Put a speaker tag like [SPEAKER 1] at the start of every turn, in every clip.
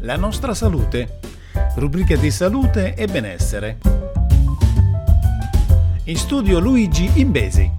[SPEAKER 1] La nostra salute, rubrica di salute e benessere. In studio Luigi Imbesi.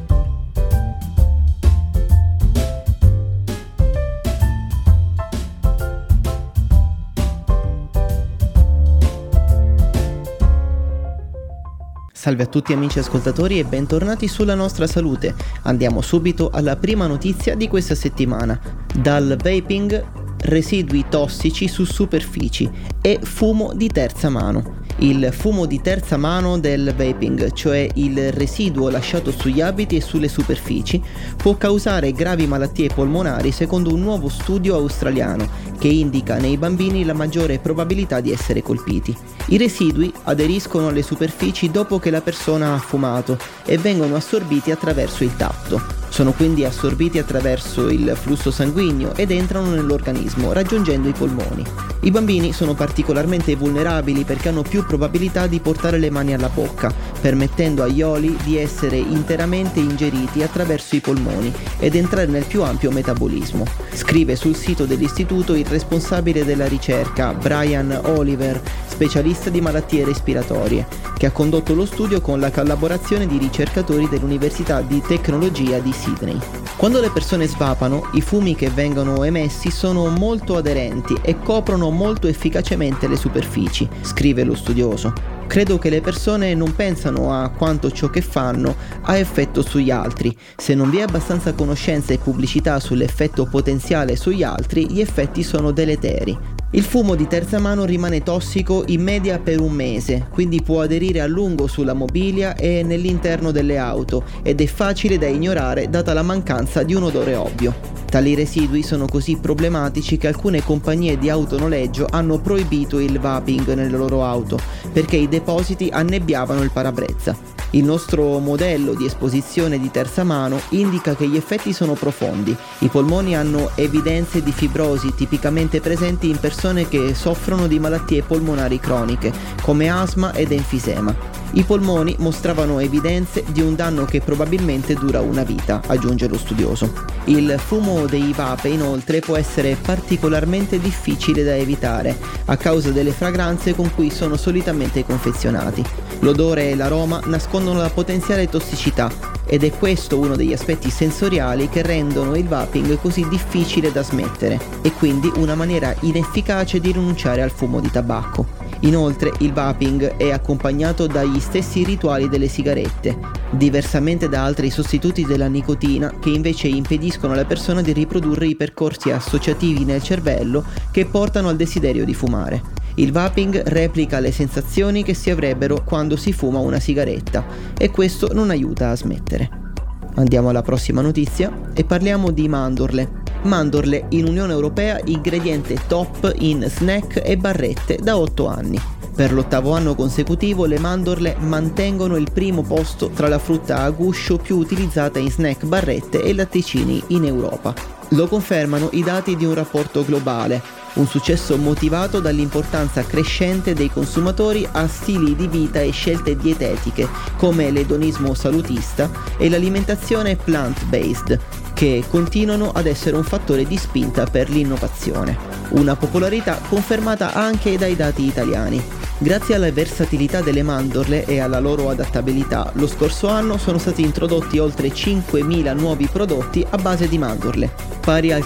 [SPEAKER 2] Salve a tutti amici ascoltatori e bentornati sulla nostra salute. Andiamo subito alla prima notizia di questa settimana. Dal vaping, residui tossici su superfici e fumo di terza mano. Il fumo di terza mano del vaping, cioè il residuo lasciato sugli abiti e sulle superfici, può causare gravi malattie polmonari secondo un nuovo studio australiano che indica nei bambini la maggiore probabilità di essere colpiti. I residui aderiscono alle superfici dopo che la persona ha fumato e vengono assorbiti attraverso il tatto. Sono quindi assorbiti attraverso il flusso sanguigno ed entrano nell'organismo, raggiungendo i polmoni. I bambini sono particolarmente vulnerabili perché hanno più probabilità di portare le mani alla bocca, permettendo agli oli di essere interamente ingeriti attraverso i polmoni ed entrare nel più ampio metabolismo. Scrive sul sito dell'istituto il responsabile della ricerca, Brian Oliver, specialista di malattie respiratorie, che ha condotto lo studio con la collaborazione di ricercatori dell'Università di Tecnologia di Sydney. Quando le persone svapano, i fumi che vengono emessi sono molto aderenti e coprono molto efficacemente le superfici, scrive lo studioso. Credo che le persone non pensano a quanto ciò che fanno ha effetto sugli altri. Se non vi è abbastanza conoscenza e pubblicità sull'effetto potenziale sugli altri, gli effetti sono deleteri. Il fumo di terza mano rimane tossico in media per un mese, quindi può aderire a lungo sulla mobilia e nell'interno delle auto ed è facile da ignorare data la mancanza di un odore ovvio. Tali residui sono così problematici che alcune compagnie di autonoleggio hanno proibito il vaping nelle loro auto perché i depositi annebbiavano il parabrezza. Il nostro modello di esposizione di terza mano indica che gli effetti sono profondi. I polmoni hanno evidenze di fibrosi tipicamente presenti in persone che soffrono di malattie polmonari croniche, come asma ed enfisema. I polmoni mostravano evidenze di un danno che probabilmente dura una vita, aggiunge lo studioso. Il fumo dei vape inoltre può essere particolarmente difficile da evitare a causa delle fragranze con cui sono solitamente confezionati. L'odore e l'aroma nascondono la potenziale tossicità ed è questo uno degli aspetti sensoriali che rendono il vaping così difficile da smettere e quindi una maniera inefficace di rinunciare al fumo di tabacco. Inoltre il vaping è accompagnato dagli stessi rituali delle sigarette, diversamente da altri sostituti della nicotina che invece impediscono alla persona di riprodurre i percorsi associativi nel cervello che portano al desiderio di fumare. Il vaping replica le sensazioni che si avrebbero quando si fuma una sigaretta e questo non aiuta a smettere. Andiamo alla prossima notizia e parliamo di mandorle. Mandorle in Unione Europea ingrediente top in snack e barrette da 8 anni. Per l'8º anno consecutivo le mandorle mantengono il primo posto tra la frutta a guscio più utilizzata in snack, barrette e latticini in Europa. Lo confermano i dati di un rapporto globale, un successo motivato dall'importanza crescente dei consumatori a stili di vita e scelte dietetiche come l'edonismo salutista e l'alimentazione plant-based, che continuano ad essere un fattore di spinta per l'innovazione. Una popolarità confermata anche dai dati italiani. Grazie alla versatilità delle mandorle e alla loro adattabilità, lo scorso anno sono stati introdotti oltre 5.000 nuovi prodotti a base di mandorle, pari al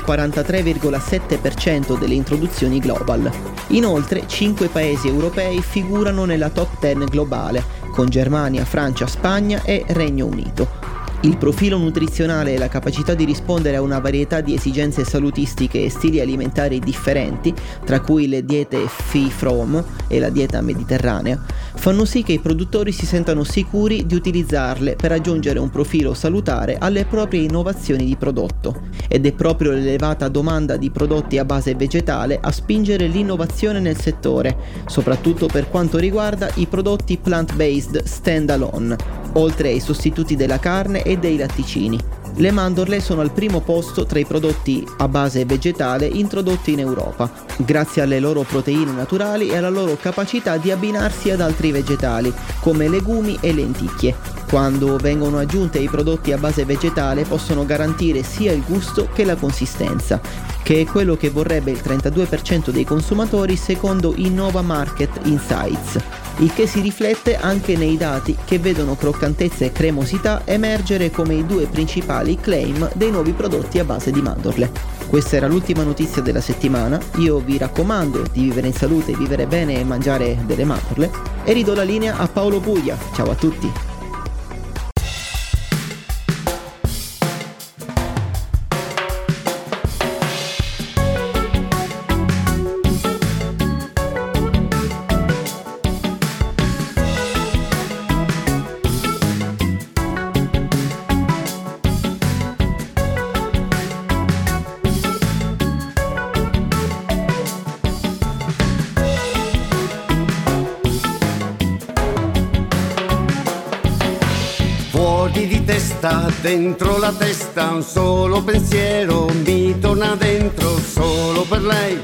[SPEAKER 2] 43,7% delle introduzioni global. Inoltre, 5 paesi europei figurano nella top 10 globale, con Germania, Francia, Spagna e Regno Unito. Il profilo nutrizionale e la capacità di rispondere a una varietà di esigenze salutistiche e stili alimentari differenti, tra cui le diete Free From e la dieta mediterranea, fanno sì che i produttori si sentano sicuri di utilizzarle per aggiungere un profilo salutare alle proprie innovazioni di prodotto. Ed è proprio l'elevata domanda di prodotti a base vegetale a spingere l'innovazione nel settore, soprattutto per quanto riguarda i prodotti plant-based stand-alone, oltre ai sostituti della carne e dei latticini. Le mandorle sono al primo posto tra i prodotti a base vegetale introdotti in Europa, grazie alle loro proteine naturali e alla loro capacità di abbinarsi ad altri vegetali, come legumi e lenticchie. Quando vengono aggiunte ai prodotti a base vegetale possono garantire sia il gusto che la consistenza, che è quello che vorrebbe il 32% dei consumatori secondo Innova Market Insights, il che si riflette anche nei dati che vedono croccantezza e cremosità emergere come i due principali claim dei nuovi prodotti a base di mandorle. Questa era l'ultima notizia della settimana. Io vi raccomando di vivere in salute, vivere bene e mangiare delle mandorle, e ridò la linea a Paolo Puglia. Ciao a tutti!
[SPEAKER 3] Fuori di testa, dentro la testa, un solo pensiero mi torna dentro, solo per lei,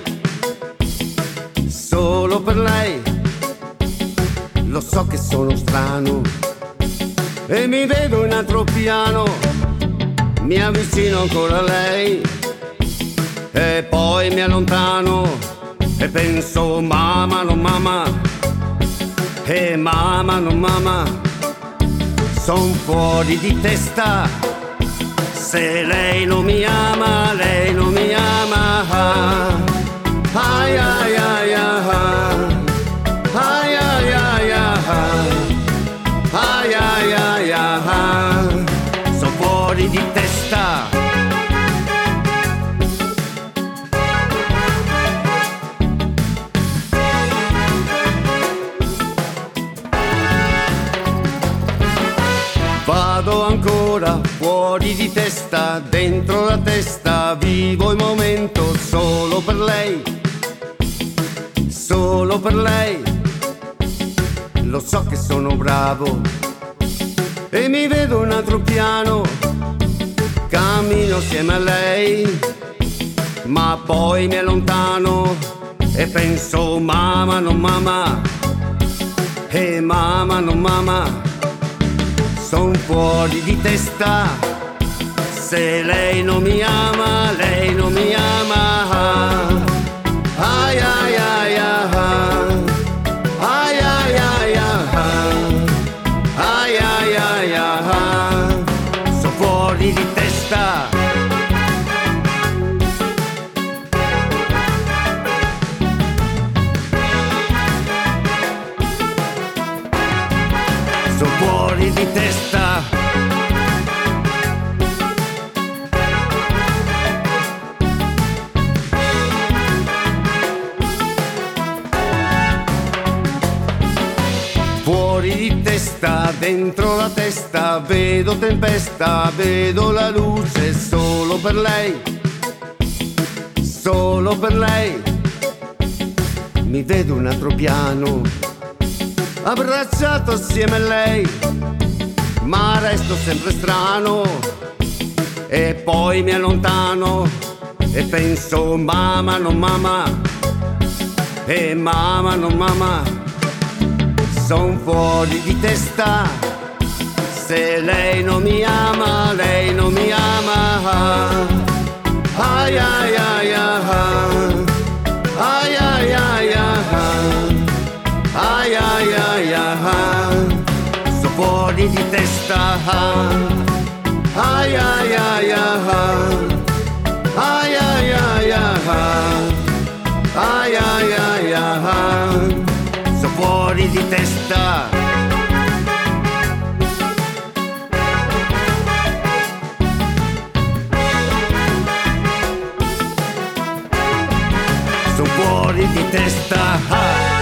[SPEAKER 3] solo per lei. Lo so che sono strano e mi vedo in altro piano, mi avvicino ancora a lei e poi mi allontano e penso mamma, non mamma, e mamma, non mamma. Son fuori di testa, se lei non mi ama, lei non mi ama. Ai ai ai ai, ai ai ai ai, ai ai ai ai, son fuori di testa. Vado ancora fuori di testa, dentro la testa, vivo il momento solo per lei, solo per lei. Lo so che sono bravo e mi vedo un altro piano, cammino assieme a lei, ma poi mi allontano e penso mamma, non mamma, e mamma, non mamma. Son fuori di testa, se lei non mi ama, lei non mi ama. Ai ai ai ai, ai ai ai ai, ai ai ai ai, son fuori di testa. Son fuori di testa. Fuori di testa, dentro la testa, vedo tempesta, vedo la luce solo per lei, solo per lei. Mi vedo un altro piano, abbracciato assieme a lei, ma resto sempre strano e poi mi allontano e penso mamma, non mamma, e mamma, non mamma. Son fuori di testa, se lei non mi ama, lei non mi ama. Ai ai ai ai, ai ai ai ai, ai ai ai ai, son fuori di testa. Ai ai ai ai, ai ai ai ai, ai ai ai ai, son fuori di testa. Son fuori di testa.